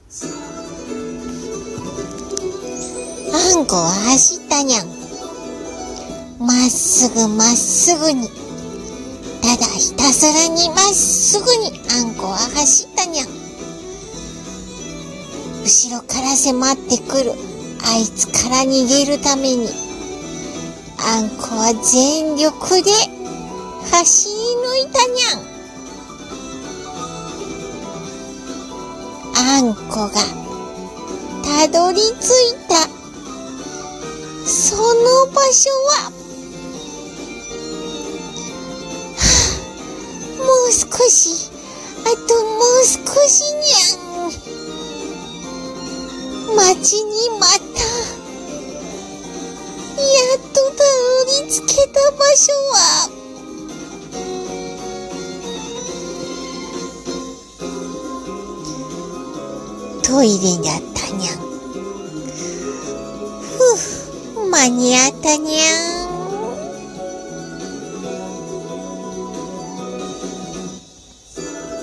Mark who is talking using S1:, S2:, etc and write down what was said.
S1: あんこは走ったにゃん。まっすぐまっすぐに、ただひたすらにまっすぐにあんこは走ったにゃん。後ろから迫ってくるあいつから逃げるために、あんこは全力で走り抜いたにゃん。あんこがたどり着いたその場所は、もう少し、あともう少しにゃん。待ちに待った。やっとたどり着けた場所は、トイレだったにゃん。間に合ったにゃん。